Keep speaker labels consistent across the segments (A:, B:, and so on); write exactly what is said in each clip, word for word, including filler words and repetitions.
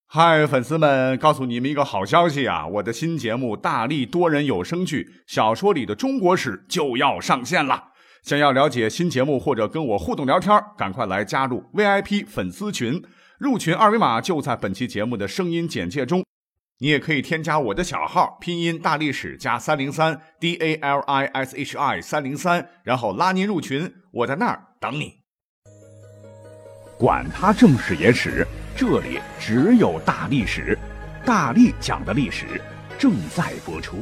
A: 嗨，粉丝们，告诉你们一个好消息啊！我的新节目《大力多人有声剧小说里的中国史》就要上线了。想要了解新节目或者跟我互动聊天，赶快来加入 V I P 粉丝群，入群二维码就在本期节目的声音简介中。你也可以添加我的小号，拼音大历史加三零三 D A L I S H I 三零三，然后拉您入群，我在那儿等你。
B: 管他正史野史，这里只有大历史，大力讲的历史正在播出。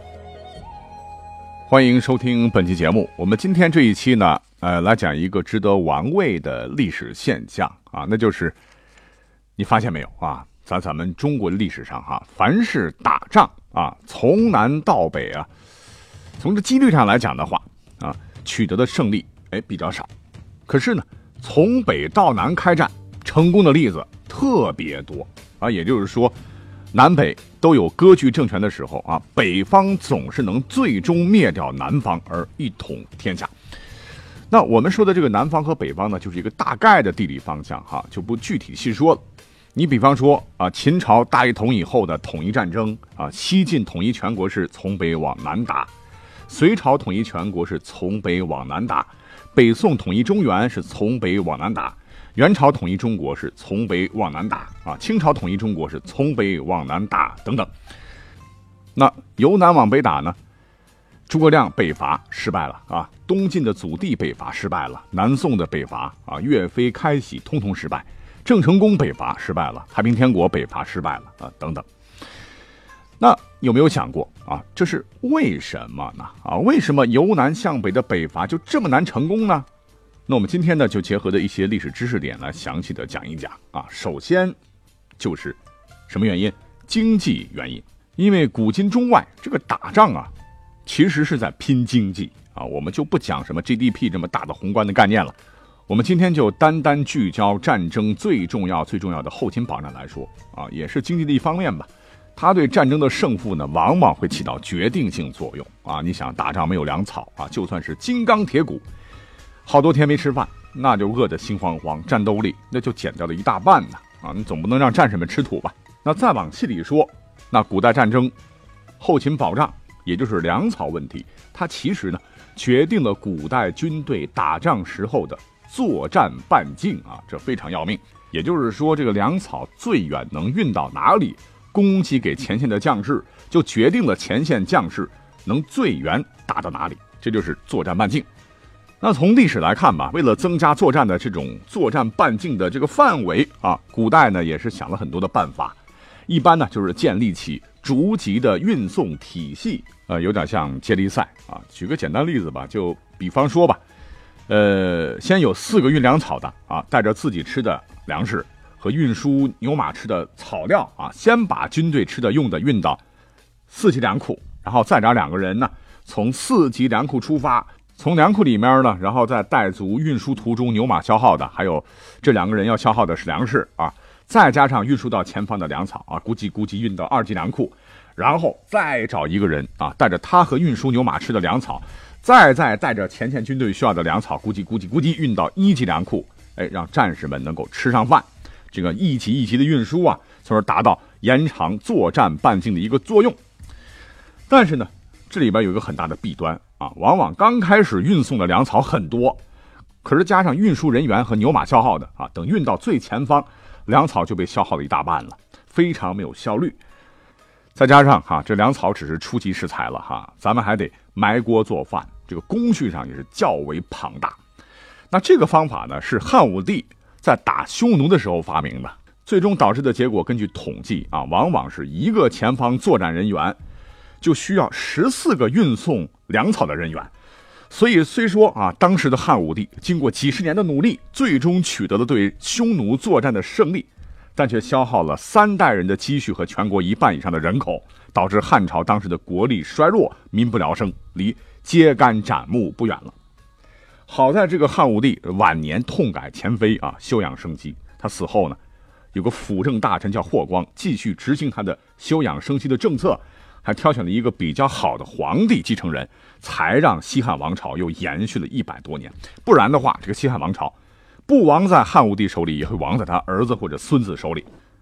A: 欢迎收听本期节目。我们今天这一期呢，呃，来讲一个值得玩味的历史现象啊，那就是你发现没有啊？在咱们中国的历史上哈、啊，凡是打仗啊，从南到北啊，从这几率上来讲的话啊，取得的胜利哎比较少，可是呢，从北到南开战成功的例子特别多啊，也就是说，南北都有割据政权的时候啊，北方总是能最终灭掉南方而一统天下。那我们说的这个南方和北方呢，就是一个大概的地理方向哈，就不具体细说了。你比方说啊，秦朝大一统以后的统一战争啊，西晋统一全国是从北往南打，隋朝统一全国是从北往南打，北宋统一中原是从北往南打，元朝统一中国是从北往南打啊，清朝统一中国是从北往南打等等。那由南往北打呢？诸葛亮北伐失败了啊，东晋的祖逖北伐失败了，南宋的北伐啊，岳飞、开禧通通失败，郑成功北伐失败了，太平天国北伐失败了啊，等等。那有没有想过啊，这是为什么呢？啊，为什么由南向北的北伐就这么难成功呢？那我们今天呢，就结合的一些历史知识点来详细的讲一讲啊。首先就是什么原因？经济原因。因为古今中外这个打仗啊，其实是在拼经济啊。我们就不讲什么 G D P 这么大的宏观的概念了，我们今天就单单聚焦战争最重要最重要的后勤保障来说啊，也是经济的一方面吧。它对战争的胜负呢，往往会起到决定性作用啊。你想打仗没有粮草啊，就算是金刚铁骨，好多天没吃饭，那就饿得心慌慌，战斗力那就减掉了一大半呢啊！你总不能让战士们吃土吧？那再往细里说，那古代战争后勤保障，也就是粮草问题，它其实呢决定了古代军队打仗时候的作战半径啊，这非常要命。也就是说，这个粮草最远能运到哪里，供给给前线的将士，就决定了前线将士能最远打到哪里，这就是作战半径。那从历史来看吧，为了增加作战的这种作战半径的这个范围啊，古代呢也是想了很多的办法。一般呢就是建立起逐级的运送体系，呃，有点像接力赛啊。举个简单例子吧，就比方说吧，呃，先有四个运粮草的啊，带着自己吃的粮食和运输牛马吃的草料啊，先把军队吃的用的运到四级粮库，然后再找两个人呢，从四级粮库出发。从粮库里面呢，然后再带足运输途中牛马消耗的，还有这两个人要消耗的是粮食啊，再加上运输到前方的粮草啊，估计估计运到二级粮库，然后再找一个人啊，带着他和运输牛马吃的粮草，再再带着前线军队需要的粮草，估计估计估计运到一级粮库，哎，让战士们能够吃上饭。这个一级一级的运输啊，从而达到延长作战半径的一个作用。但是呢，这里边有一个很大的弊端啊，往往刚开始运送的粮草很多，可是加上运输人员和牛马消耗的啊，等运到最前方，粮草就被消耗了一大半了，非常没有效率。再加上哈、啊，这粮草只是初级食材了哈，咱们还得埋锅做饭，这个工序上也是较为庞大。那这个方法呢，是汉武帝在打匈奴的时候发明的，最终导致的结果，根据统计啊，往往是一个前方作战人员就需要十四个运送粮草的人员。所以虽说啊，当时的汉武帝经过几十年的努力，最终取得了对匈奴作战的胜利，但却消耗了三代人的积蓄和全国一半以上的人口，导致汉朝当时的国力衰弱，民不聊生，离揭竿斩木不远了。好在这个汉武帝晚年痛改前非啊，休养生息。他死后呢，有个辅政大臣叫霍光，继续执行他的休养生息的政策，还挑选了一个比较好的皇帝继承人，才让西汉王朝又延续了一百多年。不然的话，这个西汉王朝不亡在汉武帝手里，也会亡在他儿子或者孙子手里。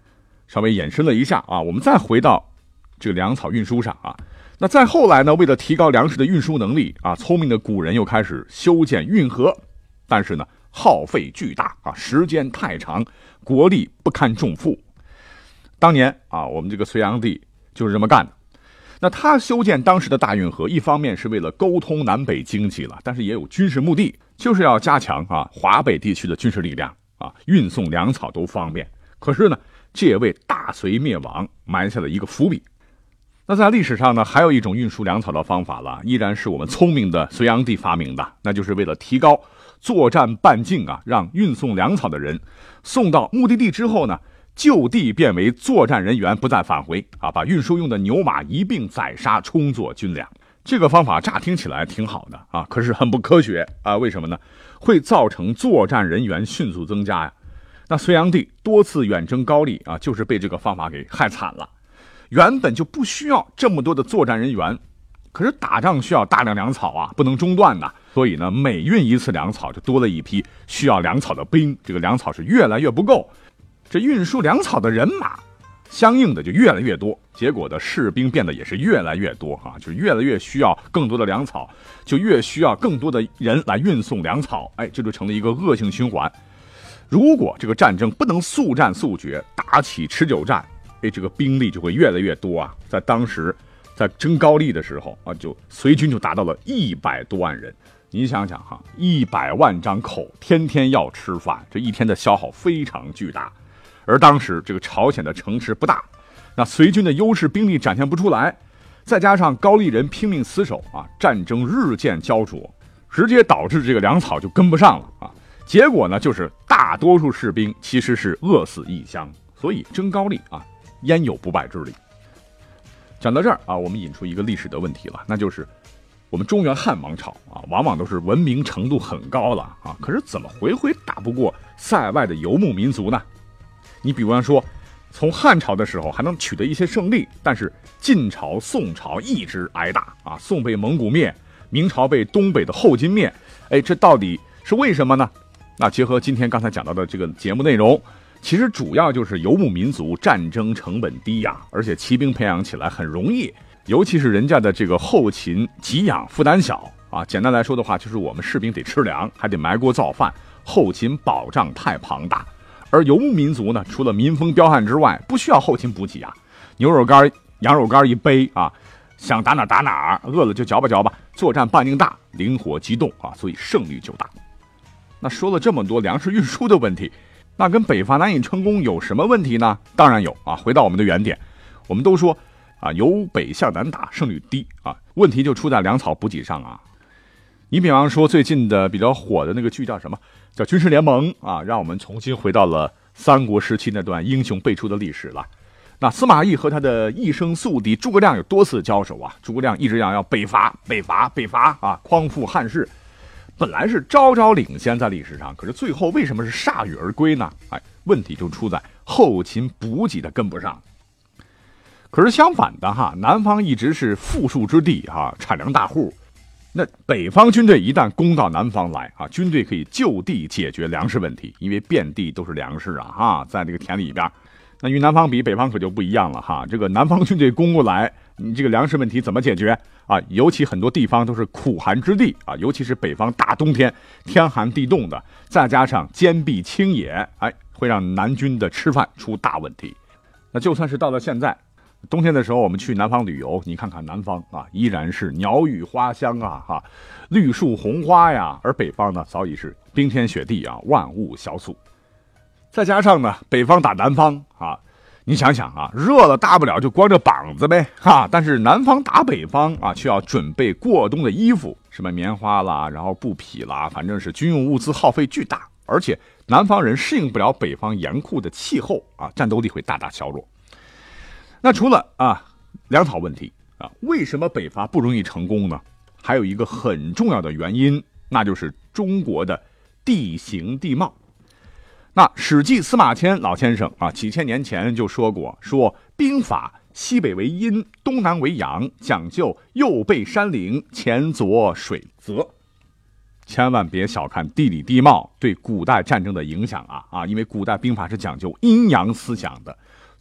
A: 稍微延伸了一下啊，我们再回到这个粮草运输上啊。那再后来呢，为了提高粮食的运输能力啊，聪明的古人又开始修建运河，但是呢，耗费巨大啊，时间太长，国力不堪重负。当年啊，我们这个隋炀帝就是这么干的。那他修建当时的大运河，一方面是为了沟通南北经济了，但是也有军事目的，就是要加强啊华北地区的军事力量啊，运送粮草都方便。可是呢，这也为大隋灭亡埋下了一个伏笔。那在历史上呢，还有一种运输粮草的方法了，依然是我们聪明的隋炀帝发明的，那就是为了提高作战半径啊，让运送粮草的人送到目的地之后呢，就地变为作战人员，不再返回啊，把运输用的牛马一并宰杀，充作军粮。这个方法乍听起来挺好的啊，可是很不科学啊。为什么呢？会造成作战人员迅速增加呀。那隋炀帝多次远征高丽啊，就是被这个方法给害惨了。原本就不需要这么多的作战人员，可是打仗需要大量粮草啊，不能中断的。所以呢，每运一次粮草就多了一批需要粮草的兵，这个粮草是越来越不够。这运输粮草的人马相应的就越来越多，结果的士兵变得也是越来越多啊，就越来越需要更多的粮草，就越需要更多的人来运送粮草，哎，这就成了一个恶性循环。如果这个战争不能速战速决，打起持久战，哎，这个兵力就会越来越多啊。在当时，在征高丽的时候啊，就隋军就达到了一百多万人。你想想哈，一百万张口，天天要吃饭，这一天的消耗非常巨大。而当时这个朝鲜的城池不大，那隋军的优势兵力展现不出来，再加上高丽人拼命死守啊，战争日渐焦灼，直接导致这个粮草就跟不上了啊。结果呢，就是大多数士兵其实是饿死异乡，所以征高丽啊，焉有不败之理。讲到这儿啊，我们引出一个历史的问题了，那就是我们中原汉王朝啊，往往都是文明程度很高了啊，可是怎么回回打不过塞外的游牧民族呢？你比方说，从汉朝的时候还能取得一些胜利，但是晋朝、宋朝一直挨打啊，宋被蒙古灭，明朝被东北的后金灭，哎，这到底是为什么呢？那结合今天刚才讲到的这个节目内容，其实主要就是游牧民族战争成本低呀、啊，而且骑兵培养起来很容易，尤其是人家的这个后勤给养负担小啊。简单来说的话，就是我们士兵得吃粮，还得埋锅造饭，后勤保障太庞大。而游牧民族呢，除了民风彪悍之外，不需要后勤补给啊，牛肉干、羊肉干一杯啊，想打哪打哪，饿了就嚼吧嚼吧，作战半径大，灵活机动啊，所以胜率就大。那说了这么多粮食运输的问题，那跟北伐难以成功有什么问题呢？当然有啊。回到我们的原点，我们都说啊，由北向南打胜率低啊，问题就出在粮草补给上啊。你比方说最近的比较火的那个剧叫什么？叫《军事联盟》啊，让我们重新回到了三国时期那段英雄辈出的历史了。那司马懿和他的一生宿敌诸葛亮有多次交手啊，诸葛亮一直要要北伐、北伐、北伐啊，匡复汉室。本来是昭昭领先在历史上，可是最后为什么是铩羽而归呢？哎，问题就出在后勤补给的跟不上。可是相反的哈，南方一直是富庶之地哈，产粮大户。那北方军队一旦攻到南方来啊，军队可以就地解决粮食问题，因为遍地都是粮食啊哈，在这个田里边。那与南方比，北方可就不一样了哈。这个南方军队攻过来，你这个粮食问题怎么解决啊？尤其很多地方都是苦寒之地啊，尤其是北方大冬天天寒地冻的，再加上坚壁清野，哎，会让南军的吃饭出大问题。那就算是到了现在，冬天的时候我们去南方旅游，你看看南方啊，依然是鸟语花香啊，哈，绿树红花呀，而北方呢，早已是冰天雪地啊，万物萧素。再加上呢，北方打南方啊，你想想啊，热了大不了就光着膀子呗，哈，但是南方打北方啊，却要准备过冬的衣服，什么棉花啦，然后布匹啦，反正是军用物资耗费巨大，而且南方人适应不了北方严酷的气候啊，战斗力会大大削弱。那除了啊粮草问题啊，为什么北伐不容易成功呢？还有一个很重要的原因，那就是中国的地形地貌。那《史记》司马迁老先生啊，几千年前就说过，说兵法西北为阴，东南为阳，讲究右背山岭，前左水泽。千万别小看地理地貌对古代战争的影响啊啊！因为古代兵法是讲究阴阳思想的。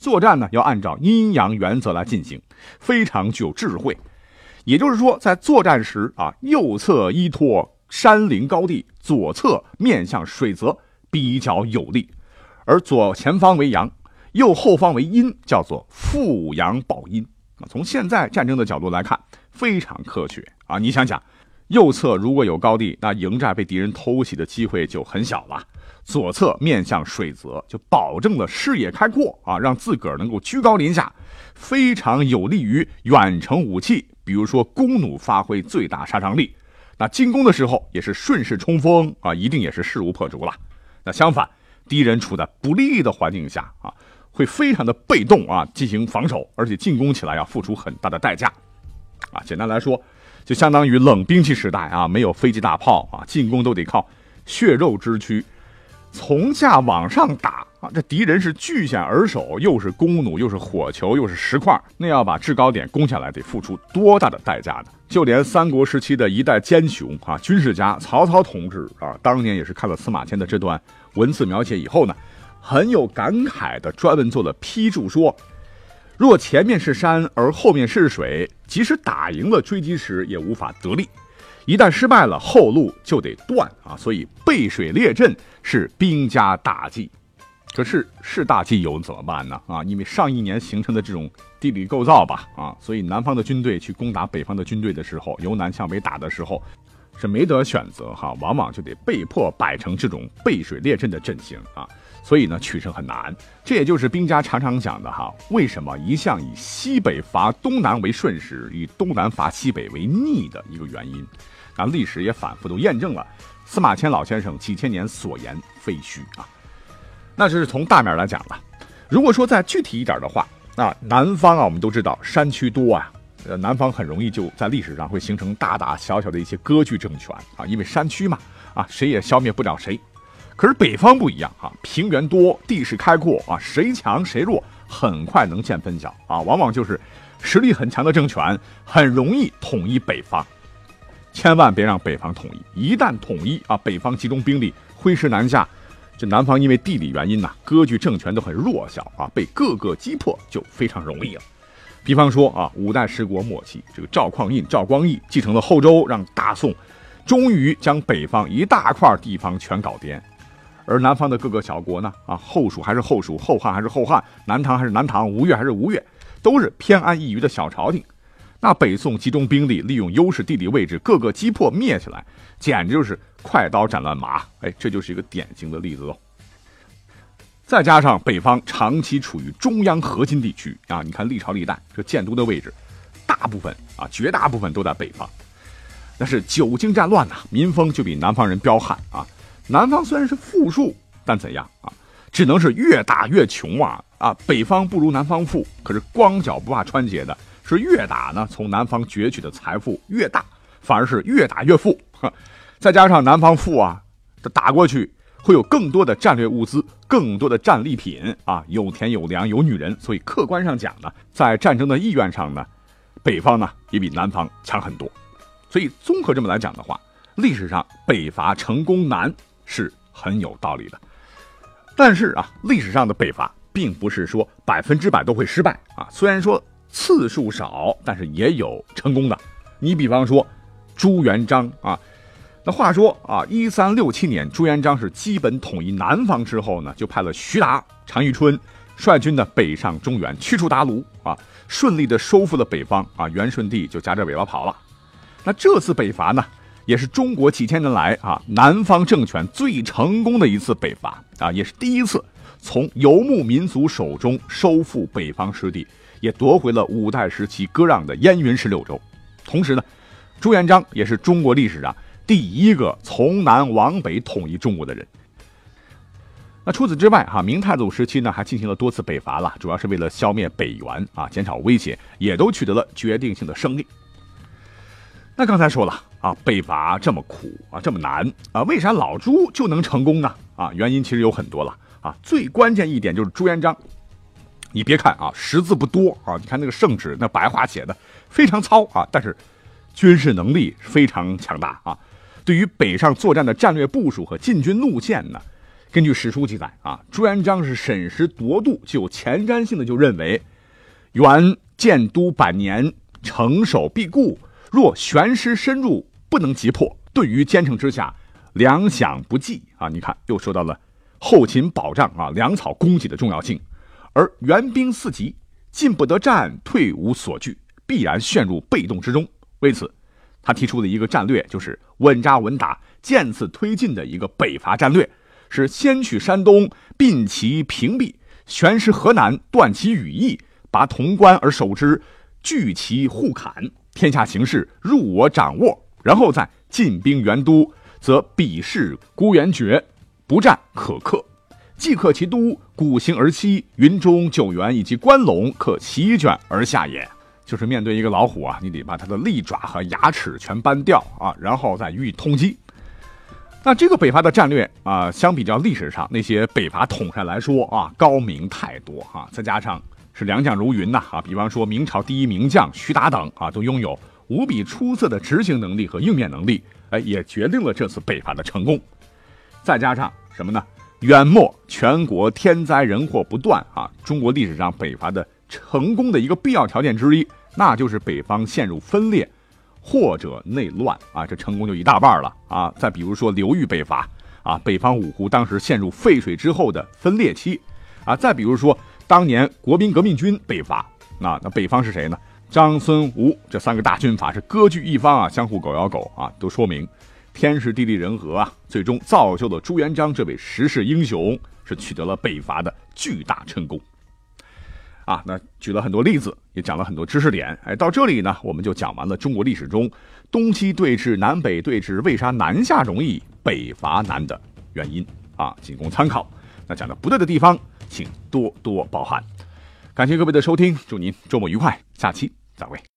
A: 作战呢要按照阴阳原则来进行，非常具有智慧。也就是说，在作战时啊，右侧依托山陵高地，左侧面向水泽，比较有利。而左前方为阳，右后方为阴，叫做负阳保阴。从现在战争的角度来看，非常科学啊！你想想，右侧如果有高地，那营寨被敌人偷袭的机会就很小了。左侧面向水泽，就保证了视野开阔啊，让自个儿能够居高临下，非常有利于远程武器，比如说弓弩发挥最大杀伤力。那进攻的时候也是顺势冲锋啊，一定也是势如破竹了。那相反，敌人处在不利的环境下啊，会非常的被动啊，进行防守，而且进攻起来要付出很大的代价啊。简单来说，就相当于冷兵器时代啊，没有飞机大炮啊，进攻都得靠血肉之躯。从下往上打啊，这敌人是据险而守，又是弓弩，又是火球，又是石块，那要把制高点攻下来，得付出多大的代价呢？就连三国时期的一代奸雄啊，军事家曹操同志啊，当年也是看了司马迁的这段文字描写以后呢，很有感慨的专门做了批注说：若前面是山而后面是水，即使打赢了追击时，也无法得力。一旦失败了，后路就得断啊！所以背水列阵是兵家大忌。可是是大忌又怎么办呢？啊，因为上一年形成的这种地理构造吧，啊，所以南方的军队去攻打北方的军队的时候，由南向北打的时候，是没得选择哈，往往就得被迫摆成这种背水列阵的阵型啊。所以呢，取胜很难。这也就是兵家常常讲的哈，为什么一向以西北伐东南为顺时，以东南伐西北为逆的一个原因。啊，历史也反复都验证了司马迁老先生几千年所言非虚啊。那这是从大面来讲了。如果说再具体一点的话，那南方啊，我们都知道山区多啊，呃，南方很容易就在历史上会形成大大小小的一些割据政权啊，因为山区嘛，啊，谁也消灭不了谁。可是北方不一样啊，平原多，地势开阔啊，谁强谁弱很快能见分晓啊，往往就是实力很强的政权很容易统一北方。千万别让北方统一，一旦统一啊，北方集中兵力挥师南下，这南方因为地理原因呐、啊，割据政权都很弱小啊，被各个击破就非常容易了。比方说啊，五代十国末期，这个赵匡胤、赵光义继承了后周，让大宋终于将北方一大块地方全搞掂。而南方的各个小国呢，啊，后蜀还是后蜀，后汉还是后汉，南唐还是南唐，吴越还是吴越，都是偏安一隅的小朝廷。那北宋集中兵力，利用优势地理位置，各个击破灭起来，简直就是快刀斩乱麻。哎，这就是一个典型的例子喽。再加上北方长期处于中央核心地区啊，你看历朝历代这建都的位置，大部分啊，绝大部分都在北方。但是久经战乱呐、啊，民风就比南方人彪悍啊。南方虽然是富庶，但怎样啊？只能是越打越穷啊！啊，北方不如南方富，可是光脚不怕穿鞋的，是越打呢，从南方攫取的财富越大，反而是越打越富。再加上南方富啊，打过去会有更多的战略物资，更多的战利品啊，有田有粮有女人，所以客观上讲呢，在战争的意愿上呢，北方呢也比南方强很多。所以综合这么来讲的话，历史上北伐成功难是很有道理的。但是啊，历史上的北伐并不是说百分之百都会失败啊，虽然说次数少，但是也有成功的。你比方说朱元璋啊，那话说啊，一三六七年朱元璋是基本统一南方之后呢，就派了徐达、常遇春率军呢北上中原，驱除鞑虏啊，顺利的收复了北方啊，元顺帝就夹着尾巴跑了。那这次北伐呢，也是中国几千年来啊南方政权最成功的一次北伐啊，也是第一次从游牧民族手中收复北方失地，也夺回了五代时期割让的燕云十六州。同时呢，朱元璋也是中国历史上第一个从南往北统一中国的人。那除此之外哈，明太祖时期呢还进行了多次北伐了，主要是为了消灭北元啊，减少威胁，也都取得了决定性的胜利。那刚才说了啊，北伐这么苦啊，这么难啊，为啥老朱就能成功呢？啊，原因其实有很多了啊，最关键一点就是朱元璋。你别看啊，识字不多啊，你看那个圣旨那白话写的非常糙啊，但是军事能力非常强大啊。对于北上作战的战略部署和进军路线呢， 根据史书记载啊，朱元璋是审时度度，就有前瞻性的就认为，原建都百年，城守必固，若悬师深入，不能击破，顿于坚城之下，粮饷不济啊。你看，又说到了后勤保障啊，粮草供给的重要性。而援兵四急，进不得战，退无所据，必然陷入被动之中。为此，他提出的一个战略就是稳扎稳打、渐次推进的一个北伐战略，是先取山东，并其屏蔽，悬师河南，断其羽翼，拔潼关而守之，拒其护坎，天下形势入我掌握，然后再进兵援都，则彼势孤援绝，不战可克。既克其都，鼓行而西，云中九原以及关陇可席卷而下也。就是面对一个老虎啊，你得把它的利爪和牙齿全搬掉啊，然后再予以通缉。那这个北伐的战略啊，相比较历史上那些北伐统帅来说啊，高明太多啊。再加上是良将如云呐啊，比方说明朝第一名将徐达等啊，都拥有无比出色的执行能力和应变能力，哎，也决定了这次北伐的成功。再加上什么呢？远末全国天灾人祸不断啊，中国历史上北伐的成功的一个必要条件之一，那就是北方陷入分裂或者内乱啊，这成功就一大半了啊。再比如说刘裕北伐啊，北方五湖当时陷入沸水之后的分裂期啊。再比如说当年国民革命军北伐啊，那北方是谁呢？张孙吴这三个大军阀是割据一方啊，相互狗咬狗啊，都说明天时地利人和啊，最终造就了朱元璋这位时势英雄，是取得了北伐的巨大成功。啊，那举了很多例子，也讲了很多知识点。哎，到这里呢，我们就讲完了中国历史中东西对峙、南北对峙为啥南下容易、北伐难的原因啊，仅供参考。那讲的不对的地方，请多多包涵。感谢各位的收听，祝您周末愉快，下期再会。